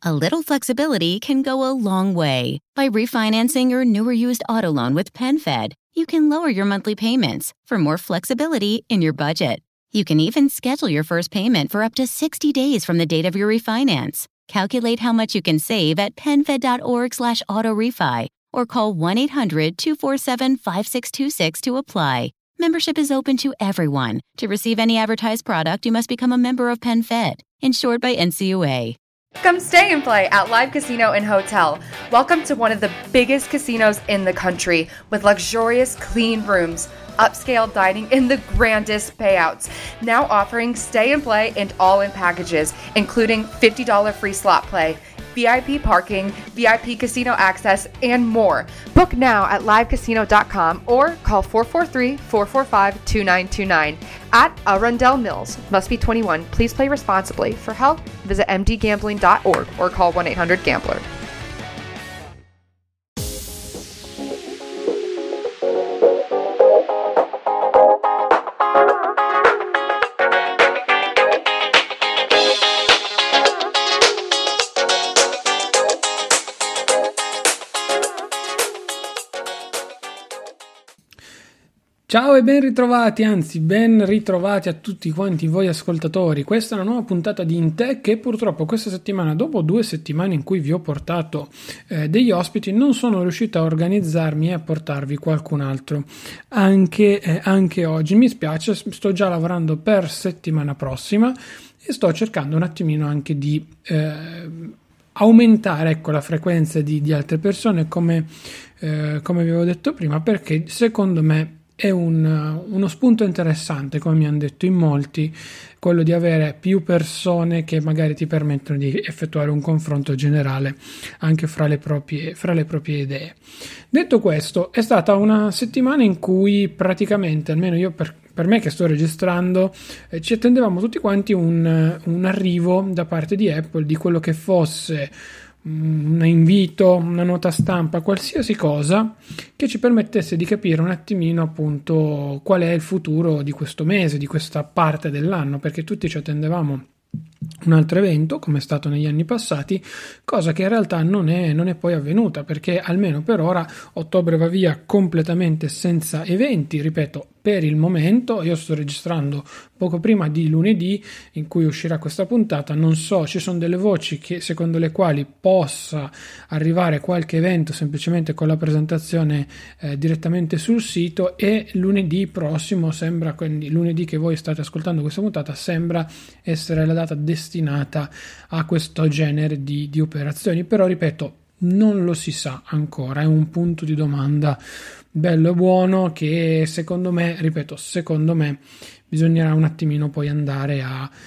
A little flexibility can go a long way. By refinancing your newer used auto loan with PenFed, you can lower your monthly payments for more flexibility in your budget. You can even schedule your first payment for up to 60 days from the date of your refinance. Calculate how much you can save at PenFed.org/autorefi or call 1-800-247-5626 to apply. Membership is open to everyone. To receive any advertised product, you must become a member of PenFed, insured by NCUA. Come stay and play at Live Casino and Hotel. Welcome to one of the biggest casinos in the country with luxurious, clean rooms, upscale dining, and the grandest payouts. Now offering stay and play and all-in packages, including $50 free slot play, VIP parking, VIP casino access, and more. Book now at livecasino.com or call 443-445-2929 at Arundel Mills. Must be 21. Please play responsibly. For help, visit mdgambling.org or call 1-800-GAMBLER. Ciao e ben ritrovati, anzi ben ritrovati a tutti quanti voi ascoltatori. Questa è una nuova puntata di Intech che purtroppo questa settimana, dopo 2 settimane in cui vi ho portato degli ospiti, non sono riuscito a organizzarmi e a portarvi qualcun altro anche oggi. Mi spiace, sto già lavorando per settimana prossima e sto cercando un attimino anche di aumentare la frequenza di altre persone, come vi avevo detto prima, perché secondo me è uno spunto interessante, come mi hanno detto in molti, quello di avere più persone che magari ti permettono di effettuare un confronto generale anche fra le proprie idee. Detto questo, è stata una settimana in cui praticamente, almeno io per me che sto registrando, ci attendevamo tutti quanti un arrivo da parte di Apple di quello che fosse un invito, una nota stampa, qualsiasi cosa che ci permettesse di capire un attimino appunto qual è il futuro di questo mese, di questa parte dell'anno, perché tutti ci attendevamo un altro evento come è stato negli anni passati, cosa che in realtà non è poi avvenuta, perché almeno per ora ottobre va via completamente senza eventi, ripeto, per il momento. Io sto registrando poco prima di lunedì in cui uscirà questa puntata, non so, ci sono delle voci che secondo le quali possa arrivare qualche evento semplicemente con la presentazione direttamente sul sito, e lunedì prossimo sembra, quindi lunedì che voi state ascoltando questa puntata, sembra essere la data destinata a questo genere di operazioni, però ripeto, non lo si sa ancora, è un punto di domanda bello e buono che secondo me bisognerà un attimino poi andare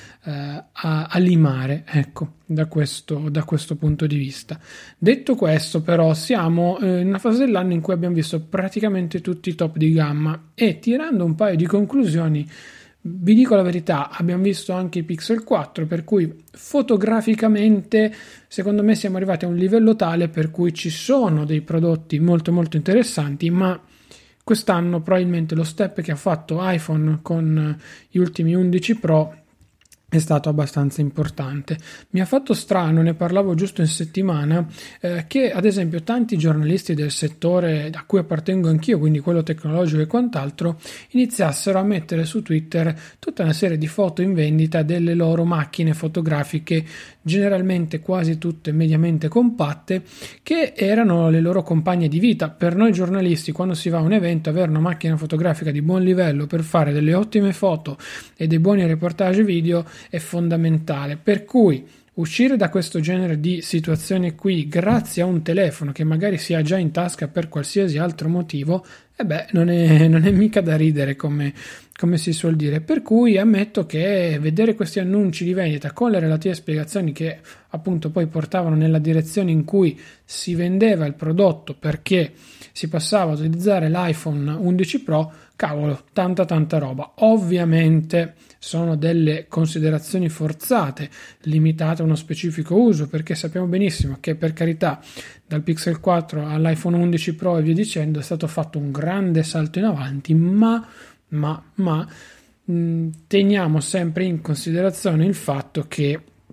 a limare, ecco, da questo punto di vista. Detto questo, però, siamo in una fase dell'anno in cui abbiamo visto praticamente tutti i top di gamma e, tirando un paio di conclusioni, vi dico la verità, abbiamo visto anche i Pixel 4, per cui fotograficamente secondo me siamo arrivati a un livello tale per cui ci sono dei prodotti molto molto interessanti, ma quest'anno probabilmente lo step che ha fatto iPhone con gli ultimi 11 Pro è stato abbastanza importante. Mi ha fatto strano, ne parlavo giusto in settimana, che ad esempio tanti giornalisti del settore a cui appartengo anch'io, quindi quello tecnologico e quant'altro, iniziassero a mettere su Twitter tutta una serie di foto in vendita delle loro macchine fotografiche, generalmente quasi tutte mediamente compatte, che erano le loro compagne di vita. Per noi giornalisti, quando si va a un evento, avere una macchina fotografica di buon livello per fare delle ottime foto e dei buoni reportage video è fondamentale, per cui uscire da questo genere di situazioni qui grazie a un telefono che magari si ha già in tasca per qualsiasi altro motivo, non è mica da ridere, come si suol dire. Per cui ammetto che vedere questi annunci di vendita con le relative spiegazioni che appunto poi portavano nella direzione in cui si vendeva il prodotto perché si passava a utilizzare l'iPhone 11 Pro, cavolo, tanta roba. Ovviamente sono delle considerazioni forzate, limitate a uno specifico uso, perché sappiamo benissimo che, per carità, dal Pixel 4 all'iPhone 11 Pro e via dicendo è stato fatto un grande salto in avanti, ma teniamo sempre in considerazione il fatto che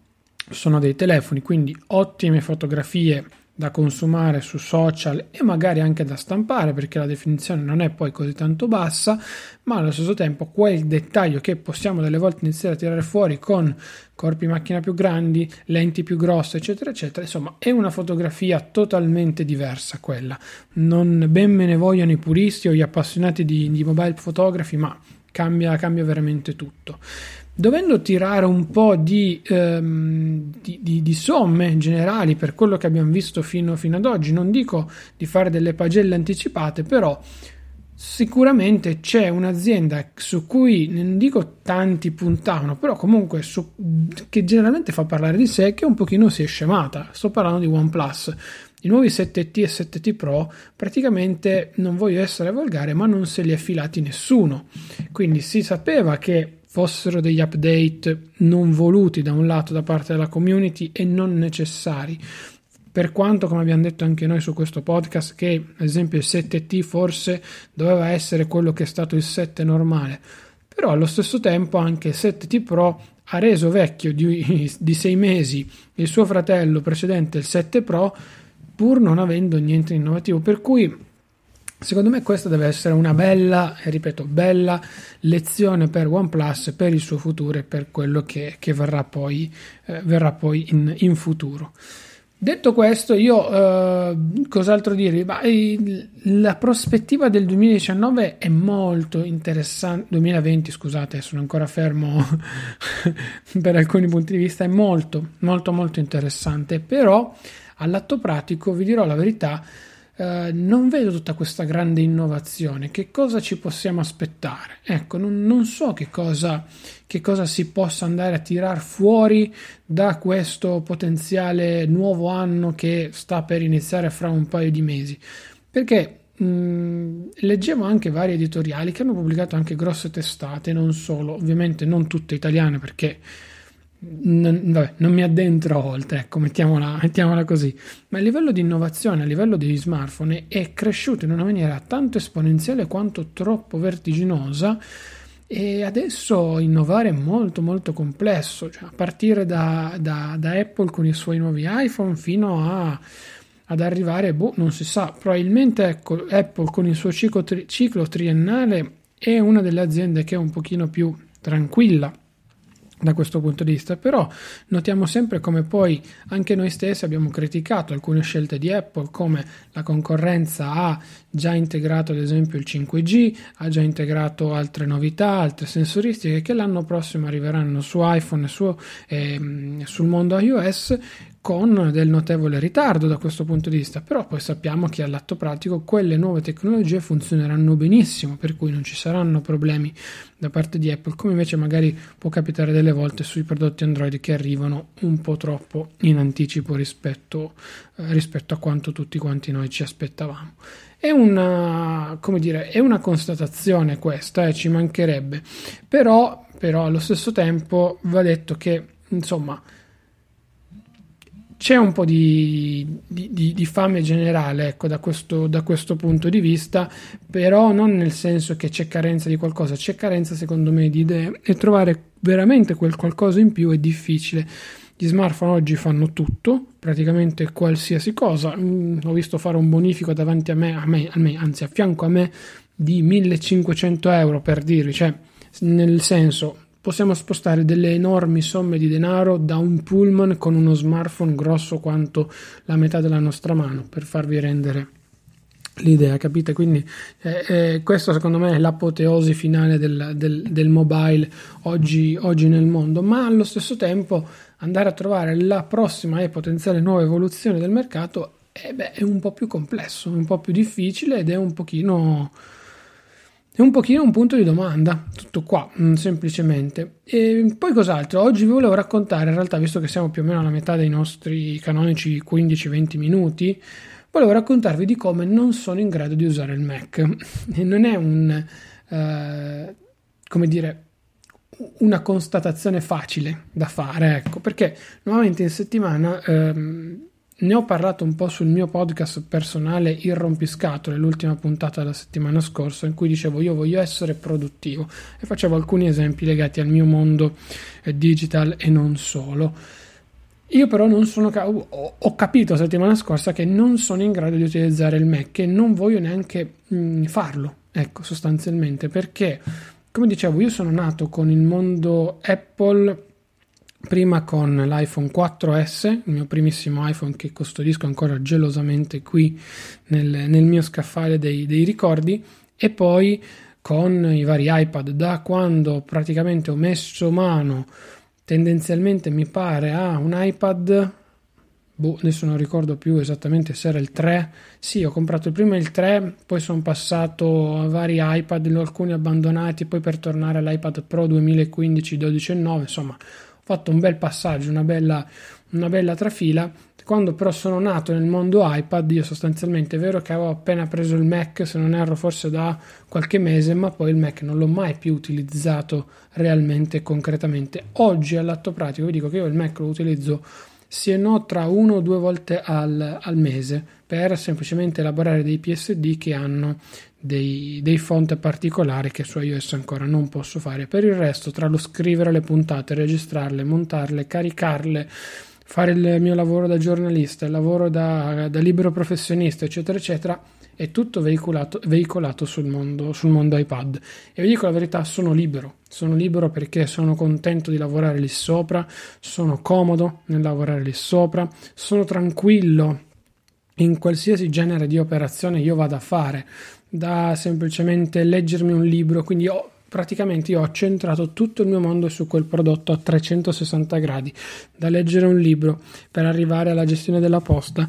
sono dei telefoni, quindi ottime fotografie da consumare su social e magari anche da stampare, perché la definizione non è poi così tanto bassa, ma allo stesso tempo quel dettaglio che possiamo delle volte iniziare a tirare fuori con corpi macchina più grandi, lenti più grosse, eccetera eccetera, insomma è una fotografia totalmente diversa quella. Non ben me ne vogliano i puristi o gli appassionati di mobile photography, ma cambia veramente tutto. Dovendo tirare un po' di somme generali per quello che abbiamo visto fino ad oggi, non dico di fare delle pagelle anticipate, però sicuramente c'è un'azienda su cui non dico tanti puntavano, però comunque che generalmente fa parlare di sé, che un pochino si è scemata. Sto parlando di OnePlus. I nuovi 7T e 7T Pro praticamente, non voglio essere volgare, ma non se li è filati nessuno, quindi si sapeva che fossero degli update non voluti da un lato da parte della community e non necessari, per quanto, come abbiamo detto anche noi su questo podcast, che ad esempio il 7T forse doveva essere quello che è stato il 7 normale, però allo stesso tempo anche il 7T Pro ha reso vecchio di 6 mesi il suo fratello precedente, il 7 Pro, pur non avendo niente di innovativo, per cui secondo me questa deve essere una bella, e ripeto, bella lezione per OnePlus, per il suo futuro e per quello che verrà poi in futuro. Detto questo, io cos'altro dirvi? La prospettiva del 2019 è molto interessante, 2020 scusate, sono ancora fermo per alcuni punti di vista, è molto interessante, però all'atto pratico, vi dirò la verità, non vedo tutta questa grande innovazione. Che cosa ci possiamo aspettare? Ecco, non so che cosa si possa andare a tirar fuori da questo potenziale nuovo anno che sta per iniziare fra un paio di mesi, perché leggevo anche vari editoriali che hanno pubblicato anche grosse testate, non solo, ovviamente non tutte italiane, perché non mi addentro oltre, ecco, mettiamola così, ma il livello di innovazione a livello degli smartphone è cresciuto in una maniera tanto esponenziale quanto troppo vertiginosa, e adesso innovare è molto complesso, cioè, a partire da Apple con i suoi nuovi iPhone fino ad arrivare, non si sa, probabilmente ecco, Apple con il suo ciclo triennale è una delle aziende che è un pochino più tranquilla da questo punto di vista, però notiamo sempre come poi anche noi stessi abbiamo criticato alcune scelte di Apple, come la concorrenza ha già integrato ad esempio il 5G, ha già integrato altre novità, altre sensoristiche che l'anno prossimo arriveranno su iPhone e sul mondo iOS, con del notevole ritardo da questo punto di vista, però poi sappiamo che all'atto pratico quelle nuove tecnologie funzioneranno benissimo, per cui non ci saranno problemi da parte di Apple, come invece magari può capitare delle volte sui prodotti Android che arrivano un po' troppo in anticipo rispetto a quanto tutti quanti noi ci aspettavamo. È una constatazione questa, ci mancherebbe, però allo stesso tempo va detto che insomma c'è un po' di fame generale, ecco, da questo punto di vista, però non nel senso che c'è carenza di qualcosa, c'è carenza secondo me di idee, e trovare veramente quel qualcosa in più è difficile. Gli smartphone oggi fanno tutto, praticamente qualsiasi cosa. Ho visto fare un bonifico davanti a me, anzi a fianco a me, di 1.500 euro, per dirvi, cioè nel senso, possiamo spostare delle enormi somme di denaro da un pullman con uno smartphone grosso quanto la metà della nostra mano, per farvi rendere l'idea, capite? Quindi questo secondo me è l'apoteosi finale del mobile oggi nel mondo, ma allo stesso tempo andare a trovare la prossima e potenziale nuova evoluzione del mercato è un po' più complesso, un po' più difficile, ed è un pochino un punto di domanda, tutto qua, semplicemente. E poi cos'altro? Oggi vi volevo raccontare, in realtà, visto che siamo più o meno alla metà dei nostri canonici 15-20 minuti, volevo raccontarvi di come non sono in grado di usare il Mac. E non è una constatazione facile da fare, ecco, perché nuovamente in settimana ne ho parlato un po' sul mio podcast personale Il Rompiscatole, l'ultima puntata della settimana scorsa, in cui dicevo io voglio essere produttivo e facevo alcuni esempi legati al mio mondo digital e non solo. Io però non sono ho capito settimana scorsa che non sono in grado di utilizzare il Mac e non voglio neanche farlo, ecco, sostanzialmente, perché come dicevo io sono nato con il mondo Apple, prima con l'iPhone 4S, il mio primissimo iPhone che custodisco ancora gelosamente qui nel mio scaffale dei ricordi, e poi con i vari iPad. Da quando praticamente ho messo mano tendenzialmente mi pare a un iPad, adesso non ricordo più esattamente se era il 3, sì, ho comprato il primo il 3, poi sono passato a vari iPad, alcuni abbandonati, poi per tornare all'iPad Pro 2015 12,9, insomma ho fatto un bel passaggio, una bella trafila. Quando però sono nato nel mondo iPad, io sostanzialmente, è vero che avevo appena preso il Mac, se non erro forse da qualche mese, ma poi il Mac non l'ho mai più utilizzato realmente, concretamente. Oggi all'atto pratico vi dico che io il Mac lo utilizzo se no tra 1 o 2 volte al mese, per semplicemente elaborare dei PSD che hanno dei font particolari che su iOS ancora non posso fare. Per il resto, tra lo scrivere le puntate, registrarle, montarle, caricarle, fare il mio lavoro da giornalista, il lavoro da libero professionista, eccetera eccetera, è tutto veicolato sul mondo iPad. E vi dico la verità, sono libero perché sono contento di lavorare lì sopra, sono comodo nel lavorare lì sopra, sono tranquillo in qualsiasi genere di operazione io vada a fare, da semplicemente leggermi un libro. Quindi praticamente ho centrato tutto il mio mondo su quel prodotto a 360 gradi, da leggere un libro per arrivare alla gestione della posta,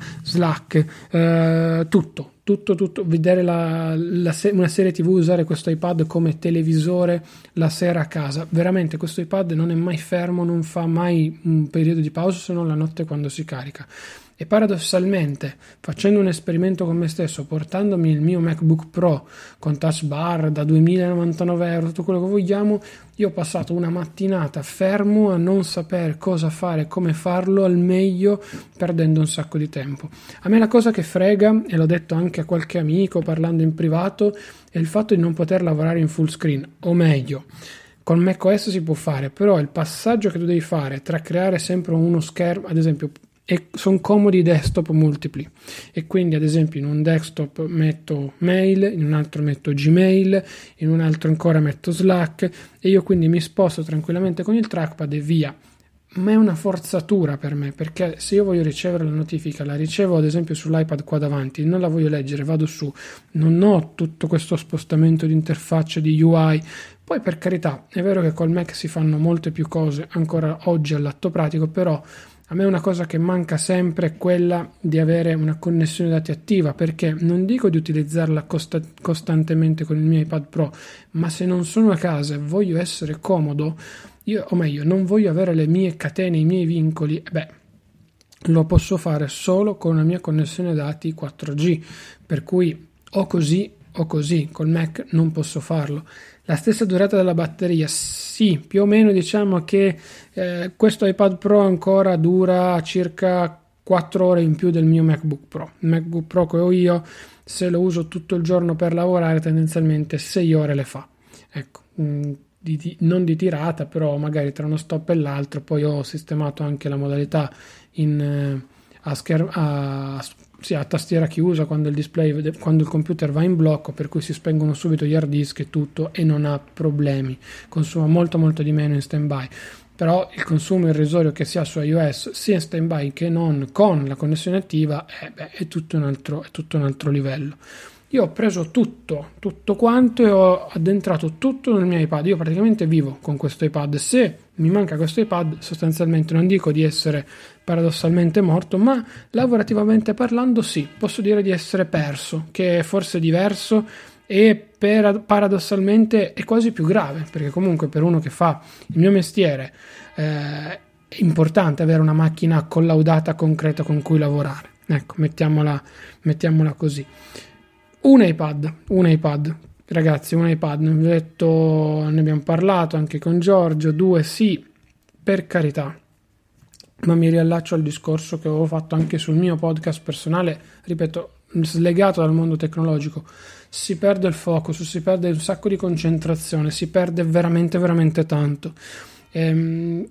Slack, tutto, vedere una serie TV, usare questo iPad come televisore la sera a casa. Veramente questo iPad non è mai fermo, non fa mai un periodo di pausa se non la notte quando si carica. E paradossalmente, facendo un esperimento con me stesso, portandomi il mio MacBook Pro con Touch Bar da 2099 euro, tutto quello che vogliamo, io ho passato una mattinata fermo a non sapere cosa fare, come farlo al meglio, perdendo un sacco di tempo. A me la cosa che frega, e l'ho detto anche a qualche amico parlando in privato, è il fatto di non poter lavorare in full screen, o meglio, con macOS si può fare, però il passaggio che tu devi fare tra creare sempre uno schermo, ad esempio, e sono comodi desktop multipli, e quindi ad esempio in un desktop metto mail, in un altro metto Gmail, in un altro ancora metto Slack, e io quindi mi sposto tranquillamente con il trackpad e via. Ma è una forzatura per me, perché se io voglio ricevere la notifica, la ricevo ad esempio sull'iPad qua davanti, non la voglio leggere, vado su, non ho tutto questo spostamento di interfaccia, di UI. Poi per carità, è vero che col Mac si fanno molte più cose ancora oggi all'atto pratico, però a me una cosa che manca sempre è quella di avere una connessione dati attiva, perché non dico di utilizzarla costantemente con il mio iPad Pro, ma se non sono a casa e voglio essere comodo, o meglio, non voglio avere le mie catene, i miei vincoli, lo posso fare solo con la mia connessione dati 4G, per cui o così, col Mac non posso farlo. La stessa durata della batteria, sì, più o meno diciamo che questo iPad Pro ancora dura circa 4 ore in più del mio MacBook Pro. Il MacBook Pro che ho io, se lo uso tutto il giorno per lavorare, tendenzialmente 6 ore le fa. Ecco, non di tirata, però magari tra uno stop e l'altro. Poi ho sistemato anche la modalità a tastiera chiusa quando il computer va in blocco, per cui si spengono subito gli hard disk e tutto, e non ha problemi, consuma molto molto di meno in standby. Però il consumo irrisorio che si ha su iOS, sia in standby che non con la connessione attiva, è tutto un altro livello. Io ho preso tutto quanto e ho addentrato tutto nel mio iPad. Io praticamente vivo con questo iPad. Se mi manca questo iPad, sostanzialmente non dico di essere paradossalmente morto, ma lavorativamente parlando sì, posso dire di essere perso, che è forse diverso e paradossalmente è quasi più grave, perché comunque per uno che fa il mio mestiere è importante avere una macchina collaudata, concreta con cui lavorare. Ecco, mettiamola così. Un iPad, ragazzi, un iPad, ne abbiamo parlato anche con Giorgio. 2 sì, per carità, ma mi riallaccio al discorso che avevo fatto anche sul mio podcast personale, ripeto, slegato dal mondo tecnologico. Si perde il focus, si perde un sacco di concentrazione, si perde veramente veramente tanto.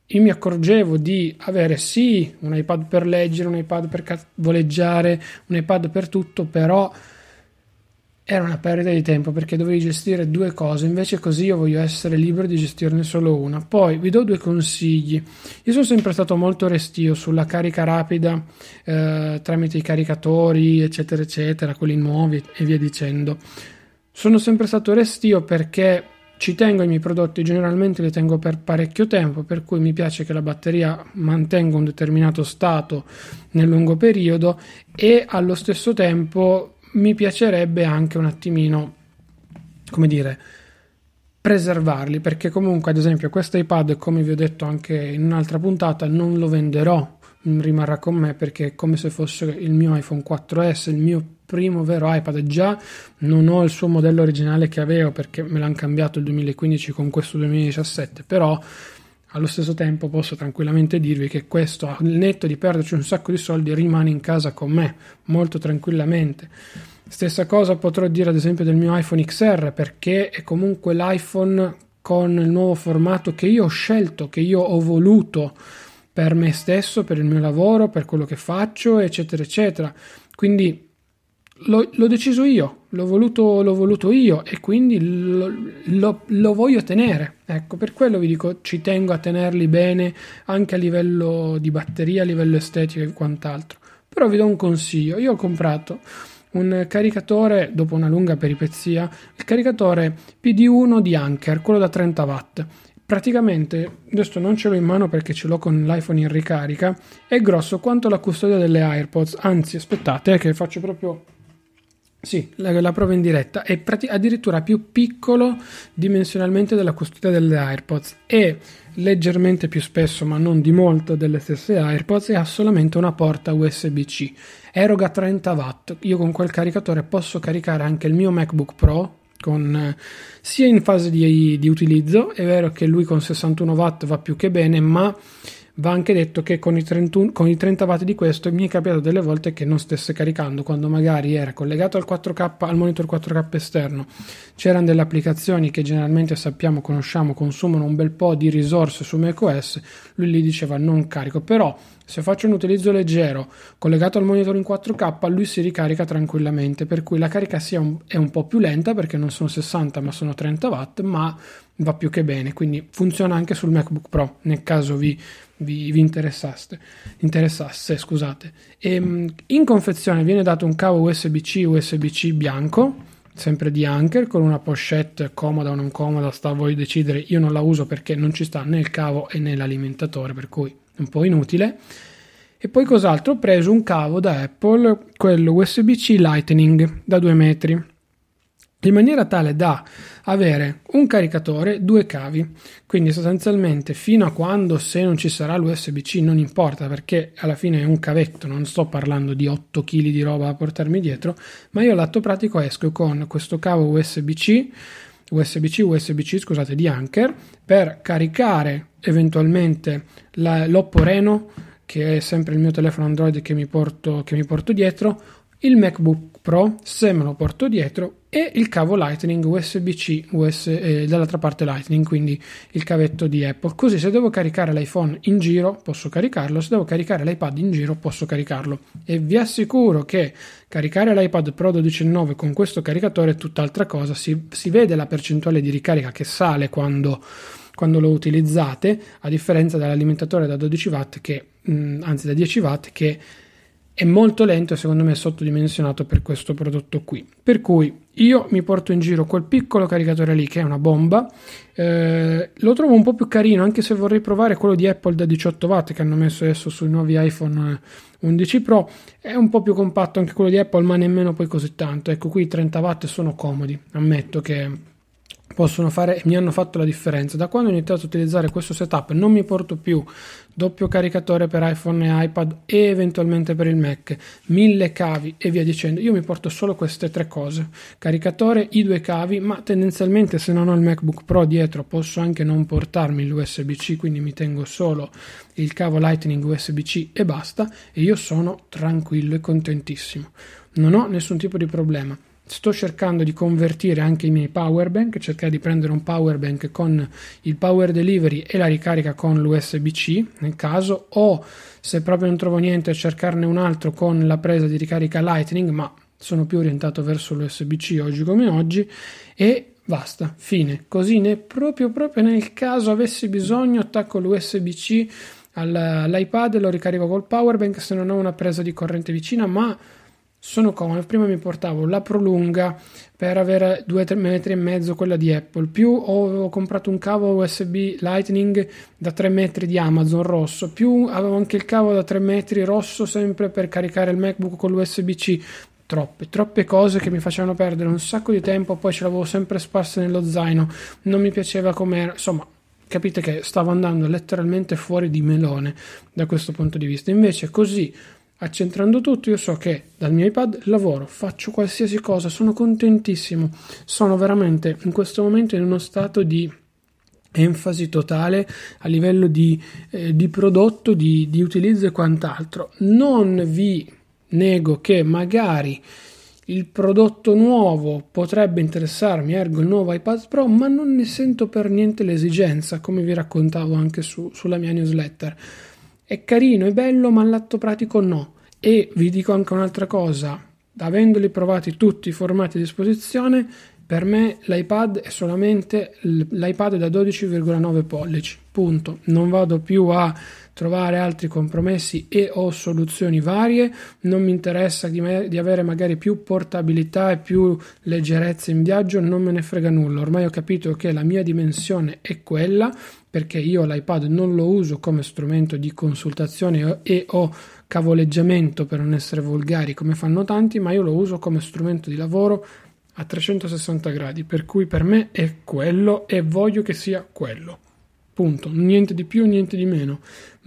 io mi accorgevo di avere sì un iPad per leggere, un iPad per cavoleggiare, un iPad per tutto, però era una perdita di tempo perché dovevi gestire due cose, invece così io voglio essere libero di gestirne solo una. Poi vi do due consigli. Io sono sempre stato molto restio sulla carica rapida tramite i caricatori eccetera eccetera, quelli nuovi e via dicendo. Sono sempre stato restio perché ci tengo ai miei prodotti, generalmente li tengo per parecchio tempo, per cui mi piace che la batteria mantenga un determinato stato nel lungo periodo e allo stesso tempo mi piacerebbe anche un attimino, come dire, preservarli, perché comunque ad esempio questo iPad, come vi ho detto anche in un'altra puntata, non lo venderò, rimarrà con me perché è come se fosse il mio iPhone 4S, il mio primo vero iPad. Già non ho il suo modello originale che avevo perché me l'hanno cambiato il 2015 con questo 2017, però allo stesso tempo posso tranquillamente dirvi che questo, al netto di perderci un sacco di soldi, rimane in casa con me molto tranquillamente. Stessa cosa potrò dire ad esempio del mio iPhone XR, perché è comunque l'iPhone con il nuovo formato che io ho scelto, che io ho voluto per me stesso, per il mio lavoro, per quello che faccio, eccetera eccetera. Quindi l'ho deciso io, l'ho voluto io e quindi lo voglio tenere. Ecco, per quello vi dico, ci tengo a tenerli bene anche a livello di batteria, a livello estetico e quant'altro. Però vi do un consiglio. Io ho comprato un caricatore, dopo una lunga peripezia, il caricatore PD1 di Anker, quello da 30 watt. Praticamente, adesso non ce l'ho in mano perché ce l'ho con l'iPhone in ricarica, è grosso quanto la custodia delle AirPods. Anzi, aspettate che faccio proprio... Sì, la prova in diretta. È addirittura più piccolo dimensionalmente della custodia delle AirPods, è leggermente più spesso ma non di molto delle stesse AirPods e ha solamente una porta USB-C, eroga 30 watt. Io con quel caricatore posso caricare anche il mio MacBook Pro sia in fase di utilizzo. È vero che lui con 61 watt va più che bene, ma va anche detto che con i 30 watt di questo mi è capitato delle volte che non stesse caricando, quando magari era collegato al 4K, al monitor 4K esterno. C'erano delle applicazioni che generalmente conosciamo, consumano un bel po' di risorse su macOS, lui gli diceva non carico, però se faccio un utilizzo leggero collegato al monitor in 4K lui si ricarica tranquillamente, per cui la carica è un po' più lenta perché non sono 60 ma sono 30 watt, ma va più che bene. Quindi funziona anche sul MacBook Pro nel caso vi interessasse, scusate. In confezione viene dato un cavo USB-C bianco, sempre di Anker, con una pochette comoda o non comoda, sta a voi decidere. Io non la uso perché non ci sta né il cavo e né l'alimentatore, per cui è un po' inutile. E poi cos'altro? Ho preso un cavo da Apple, quello USB-C Lightning da 2 metri, in maniera tale da avere un caricatore, 2 cavi, quindi sostanzialmente fino a quando, se non ci sarà l'USB-C non importa, perché alla fine è un cavetto, non sto parlando di 8 kg di roba da portarmi dietro, ma io all'atto pratico esco con questo cavo USB-C di Anker per caricare eventualmente l'Oppo Reno, che è sempre il mio telefono Android che mi porto dietro, il MacBook Pro se me lo porto dietro, e il cavo Lightning USB-C dall'altra parte Lightning, quindi il cavetto di Apple. Così se devo caricare l'iPhone in giro posso caricarlo, se devo caricare l'iPad in giro posso caricarlo, e vi assicuro che caricare l'iPad Pro 12.9 con questo caricatore è tutt'altra cosa. Si vede la percentuale di ricarica che sale quando lo utilizzate, a differenza dell'alimentatore da 12 watt anzi da 10 watt, che è molto lento e secondo me è sottodimensionato per questo prodotto qui. Per cui io mi porto in giro quel piccolo caricatore lì che è una bomba, lo trovo un po' più carino, anche se vorrei provare quello di Apple da 18 watt che hanno messo adesso sui nuovi iPhone 11 Pro. È un po' più compatto anche quello di Apple, ma nemmeno poi così tanto. Ecco, qui i 30 watt sono comodi, ammetto che possono fare, mi hanno fatto la differenza. Da quando ho iniziato a utilizzare questo setup non mi porto più doppio caricatore per iPhone e iPad e eventualmente per il Mac, 1000 cavi e via dicendo. Io mi porto solo queste 3 cose: caricatore, i 2 cavi, ma tendenzialmente se non ho il MacBook Pro dietro posso anche non portarmi l'USB-C, quindi mi tengo solo il cavo Lightning USB-C e basta, e io sono tranquillo e contentissimo, non ho nessun tipo di problema. sto cercando di convertire anche i miei power bank, cercare di prendere un power bank con il power delivery e la ricarica con l'USB-C nel caso, o se proprio non trovo niente cercarne un altro con la presa di ricarica Lightning, ma sono più orientato verso l'USB-C oggi come oggi, e basta, fine. Così proprio nel caso avessi bisogno attacco l'USB-C all'iPad e lo ricarico col power bank se non ho una presa di corrente vicina, ma sono comodo. Prima mi portavo la prolunga per avere 2-3 metri e mezzo, quella di Apple, più ho comprato un cavo USB Lightning da 3 metri di Amazon rosso, più avevo anche il cavo da 3 metri rosso sempre per caricare il MacBook con l'USB-C. Troppe cose che mi facevano perdere un sacco di tempo, poi ce l'avevo sempre sparse nello zaino, non mi piaceva com'era, insomma capite che stavo andando letteralmente fuori di melone da questo punto di vista. Invece così, accentrando tutto, io so che dal mio iPad lavoro, faccio qualsiasi cosa, sono contentissimo, sono veramente in questo momento in uno stato di enfasi totale a livello di prodotto, di utilizzo e quant'altro. Non vi nego che magari il prodotto nuovo potrebbe interessarmi, ergo il nuovo iPad Pro, ma non ne sento per niente l'esigenza, come vi raccontavo anche sulla mia newsletter. È carino, è bello, ma all'atto pratico no. E vi dico anche un'altra cosa, avendoli provati tutti i formati a disposizione, per me l'iPad è solamente l'iPad da 12,9 pollici, punto. Non vado più a trovare altri compromessi e o soluzioni varie, non mi interessa di avere magari più portabilità e più leggerezza in viaggio, non me ne frega nulla. Ormai ho capito che la mia dimensione è quella, perché io l'iPad non lo uso come strumento di consultazione e o cavoleggiamento, per non essere volgari come fanno tanti, ma io lo uso come strumento di lavoro a 360 gradi, per cui per me è quello e voglio che sia quello, punto, niente di più, niente di meno.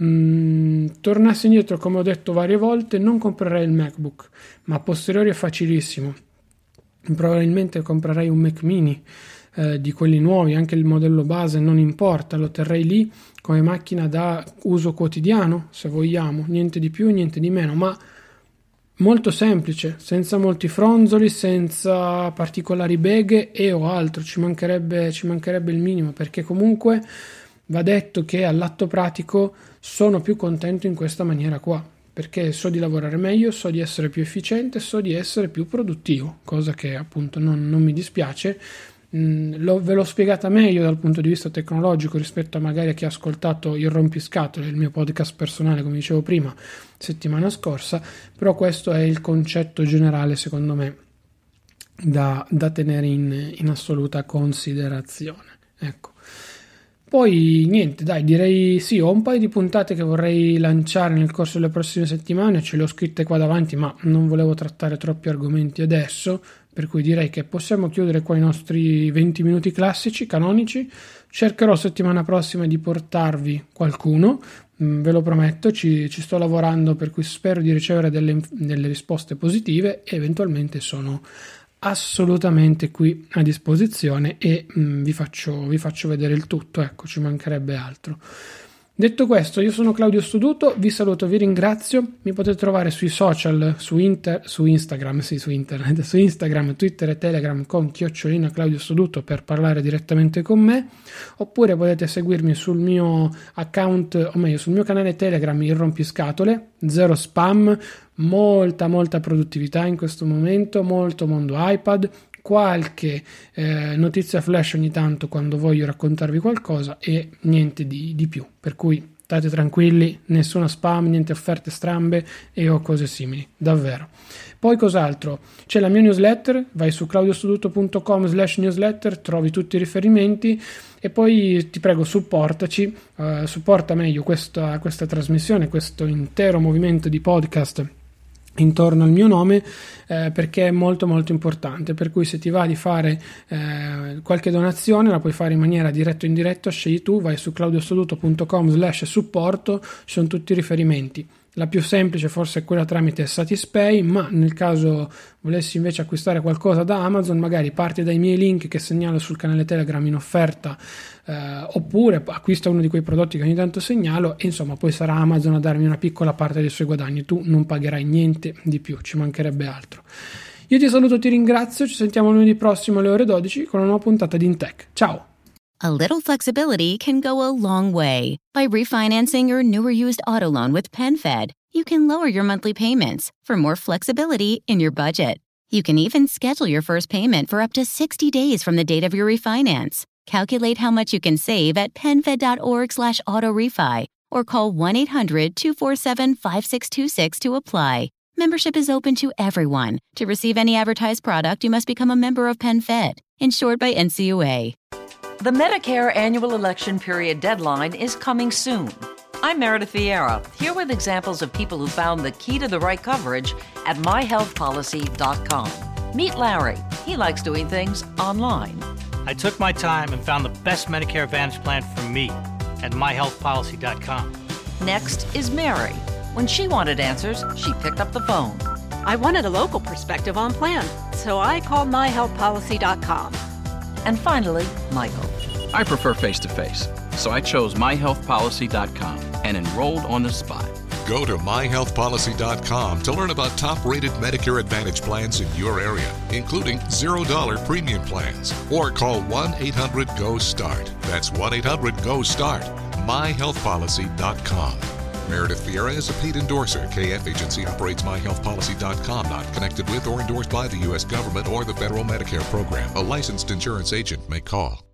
Tornassi indietro, come ho detto varie volte, non comprerei il MacBook, ma a posteriori è facilissimo, probabilmente comprerei un Mac mini di quelli nuovi, anche il modello base non importa, lo terrei lì come macchina da uso quotidiano, se vogliamo, niente di più, niente di meno, ma molto semplice, senza molti fronzoli, senza particolari beghe e o altro, ci mancherebbe il minimo, perché comunque va detto che all'atto pratico sono più contento in questa maniera qua, perché so di lavorare meglio, so di essere più efficiente, so di essere più produttivo, cosa che appunto non mi dispiace. Ve l'ho spiegata meglio dal punto di vista tecnologico rispetto a magari a chi ha ascoltato il Rompiscatole, il mio podcast personale, come dicevo prima, settimana scorsa, però questo è il concetto generale secondo me da tenere in assoluta considerazione, ecco. Poi niente, dai, direi sì, ho un paio di puntate che vorrei lanciare nel corso delle prossime settimane, ce le ho scritte qua davanti, ma non volevo trattare troppi argomenti adesso, per cui direi che possiamo chiudere qua i nostri 20 minuti classici, canonici. Cercherò settimana prossima di portarvi qualcuno, ve lo prometto, ci sto lavorando, per cui spero di ricevere delle risposte positive e eventualmente sono assolutamente qui a disposizione e vi faccio vedere il tutto, ecco, ci mancherebbe altro. Detto questo, io sono Claudio Stoduto, vi saluto, vi ringrazio, mi potete trovare sui social, su Instagram, Twitter e Telegram con @Claudio Stoduto per parlare direttamente con me, oppure potete seguirmi sul mio account, o meglio sul mio canale Telegram, il Rompiscatole, zero spam, molta produttività in questo momento, molto mondo iPad, qualche notizia flash ogni tanto quando voglio raccontarvi qualcosa e niente di più, per cui state tranquilli, nessuno spam, niente offerte strambe e o cose simili, davvero. Poi cos'altro? C'è la mia newsletter, vai su claudiostoduto.com/newsletter, trovi tutti i riferimenti e poi ti prego supportaci, supporta meglio questa trasmissione, questo intero movimento di podcast intorno al mio nome, perché è molto importante, per cui se ti va di fare qualche donazione la puoi fare in maniera diretta o indiretta, scegli tu, vai su claudiostoduto.com/supporto, ci sono tutti i riferimenti. La più semplice forse è quella tramite Satispay, ma nel caso volessi invece acquistare qualcosa da Amazon, magari parti dai miei link che segnalo sul canale Telegram in offerta, oppure acquista uno di quei prodotti che ogni tanto segnalo e insomma poi sarà Amazon a darmi una piccola parte dei suoi guadagni, tu non pagherai niente di più, ci mancherebbe altro. Io ti saluto, ti ringrazio, ci sentiamo lunedì prossimo alle ore 12 con una nuova puntata di InTech. Ciao! A little flexibility can go a long way. By refinancing your new or used auto loan with PenFed, you can lower your monthly payments for more flexibility in your budget. You can even schedule your first payment for up to 60 days from the date of your refinance. Calculate how much you can save at PenFed.org/autorefi or call 1-800-247-5626 to apply. Membership is open to everyone. To receive any advertised product, you must become a member of PenFed, insured by NCUA. The Medicare annual election period deadline is coming soon. I'm Meredith Vieira, here with examples of people who found the key to the right coverage at myhealthpolicy.com. Meet Larry. He likes doing things online. I took my time and found the best Medicare Advantage plan for me at myhealthpolicy.com. Next is Mary. When she wanted answers, she picked up the phone. I wanted a local perspective on plan, so I called myhealthpolicy.com. And finally, Michael. I prefer face-to-face, so I chose myhealthpolicy.com and enrolled on the spot. Go to myhealthpolicy.com to learn about top-rated Medicare Advantage plans in your area, including $0 premium plans. Or call 1-800-GO-START. That's 1-800-GO-START. myhealthpolicy.com. Meredith Vieira is a paid endorser. KF Agency operates myhealthpolicy.com, not connected with or endorsed by the U.S. government or the federal Medicare program. A licensed insurance agent may call.